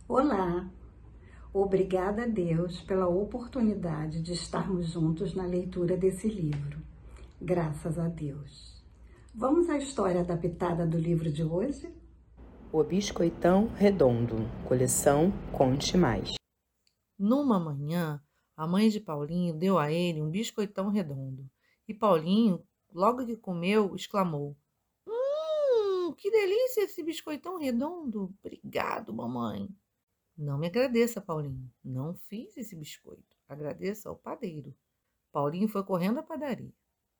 Olá! Obrigada a Deus pela oportunidade de estarmos juntos na leitura desse livro. Graças a Deus. Vamos à história adaptada do livro de hoje? O Biscoitão Redondo, coleção Conte Mais. Numa manhã, a mãe de Paulinho deu a ele um biscoitão redondo. E Paulinho, logo que comeu, exclamou: que delícia esse biscoitão redondo! Obrigado, mamãe. Não me agradeça, Paulinho. Não fiz esse biscoito. Agradeça ao padeiro. Paulinho foi correndo à padaria.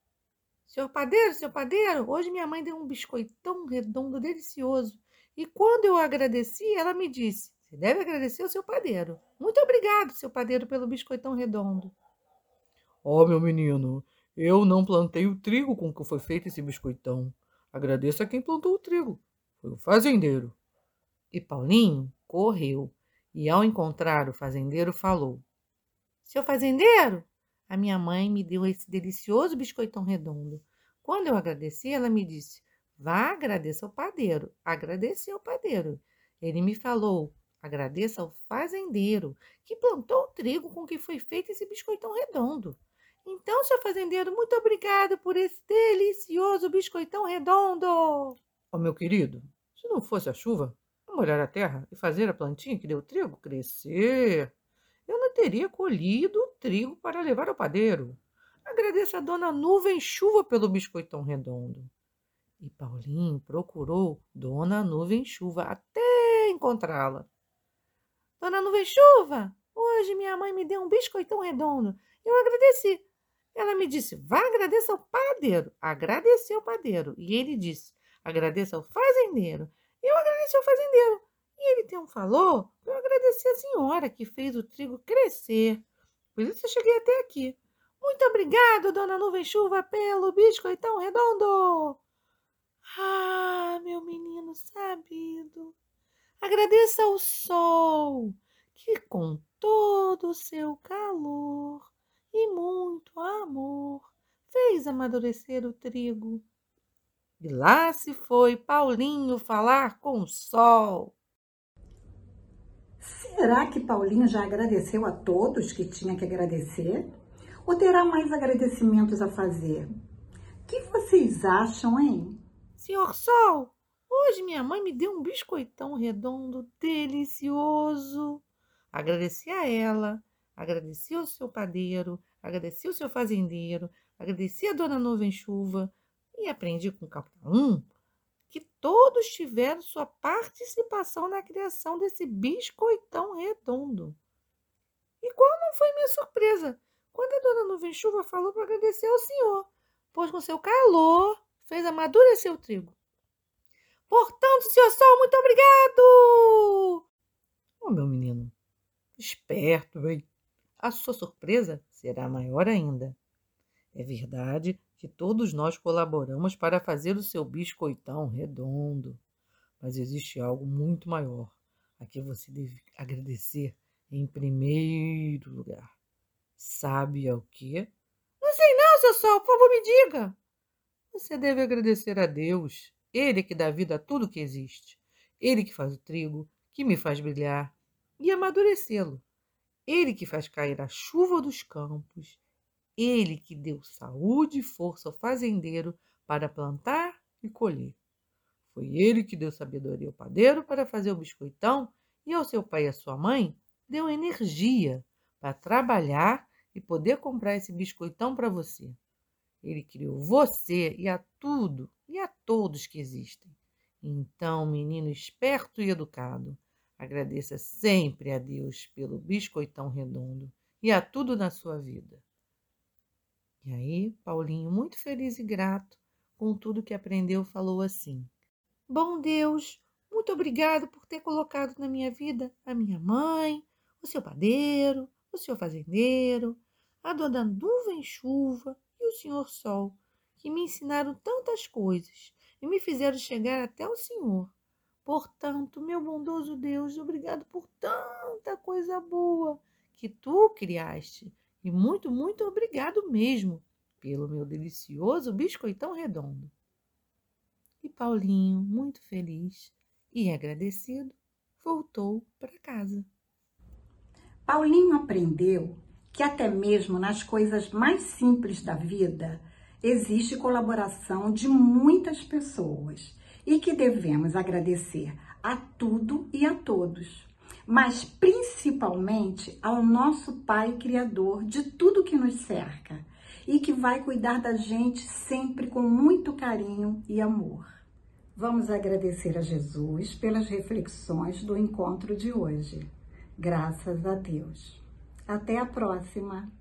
Senhor padeiro, hoje minha mãe deu um biscoitão redondo delicioso. E quando eu agradeci, ela me disse: você deve agradecer ao seu padeiro. Muito obrigado, seu padeiro, pelo biscoitão redondo. Oh, meu menino, eu não plantei o trigo com que foi feito esse biscoitão. Agradeça a quem plantou o trigo. Foi o fazendeiro. E Paulinho correu e, ao encontrar o fazendeiro, falou: seu fazendeiro, a minha mãe me deu esse delicioso biscoitão redondo. Quando eu agradeci, ela me disse: vá, agradeça ao padeiro. Agradeci ao padeiro. Ele me falou: agradeça ao fazendeiro, que plantou o trigo com que foi feito esse biscoitão redondo. Então, seu fazendeiro, muito obrigado por esse delicioso biscoitão redondo. Oh, meu querido, se não fosse a chuva, molhar a terra e fazer a plantinha que deu o trigo crescer, eu não teria colhido o trigo para levar ao padeiro. Agradeço a dona Nuvem Chuva pelo biscoitão redondo. E Paulinho procurou Dona Nuvem Chuva até encontrá-la. Dona Nuvem Chuva, hoje minha mãe me deu um biscoitão redondo. Eu agradeci. Ela me disse: vá, agradeça ao padeiro. Agradeci ao padeiro. E ele disse: agradeça ao fazendeiro. Eu agradeci ao fazendeiro. E ele então falou: eu agradeci a senhora que fez o trigo crescer. Por isso eu cheguei até aqui. Muito obrigado, Dona Nuvem Chuva, pelo biscoitão redondo. Ah, meu menino sabido, agradeça ao sol, que com todo o seu calor e muito amor fez amadurecer o trigo. E lá se foi Paulinho falar com o sol. Será que Paulinho já agradeceu a todos que tinha que agradecer? Ou terá mais agradecimentos a fazer? O que vocês acham, hein? Senhor Sol, hoje minha mãe me deu um biscoitão redondo delicioso. Agradeci a ela, agradeci ao seu padeiro, agradeci ao seu fazendeiro, agradeci a Dona Nuvem Chuva e aprendi com cada um que todos tiveram sua participação na criação desse biscoitão redondo. E qual não foi minha surpresa quando a Dona Nuvem Chuva falou para agradecer ao senhor, pois com seu calor fez amadurecer o trigo. Portanto, senhor Sol, muito obrigado! Oh, meu menino, esperto, hein? A sua surpresa será maior ainda. É verdade que todos nós colaboramos para fazer o seu biscoitão redondo, mas existe algo muito maior a que você deve agradecer em primeiro lugar. Sabe ao quê? Não sei não, seu Sol, por favor, me diga. Você deve agradecer a Deus. Ele que dá vida a tudo que existe. Ele que faz o trigo, que me faz brilhar e amadurecê-lo. Ele que faz cair a chuva dos campos. Ele que deu saúde e força ao fazendeiro para plantar e colher. Foi ele que deu sabedoria ao padeiro para fazer o biscoitão e ao seu pai e à sua mãe deu energia para trabalhar e poder comprar esse biscoitão para você. Ele criou você e a tudo e a todos que existem. Então, menino esperto e educado, agradeça sempre a Deus pelo biscoitão redondo e a tudo na sua vida. E aí, Paulinho, muito feliz e grato com tudo que aprendeu, falou assim: bom Deus, muito obrigado por ter colocado na minha vida a minha mãe, o seu padeiro, o seu fazendeiro, a dona Nuvem Chuva e o senhor Sol, que me ensinaram tantas coisas e me fizeram chegar até o senhor. Portanto, meu bondoso Deus, obrigado por tanta coisa boa que tu criaste. E muito, muito obrigado mesmo pelo meu delicioso biscoitão redondo. E Paulinho, muito feliz e agradecido, voltou para casa. Paulinho aprendeu que até mesmo nas coisas mais simples da vida existe colaboração de muitas pessoas e que devemos agradecer a tudo e a todos, mas principalmente ao nosso Pai Criador de tudo que nos cerca e que vai cuidar da gente sempre com muito carinho e amor. Vamos agradecer a Jesus pelas reflexões do encontro de hoje. Graças a Deus. Até a próxima!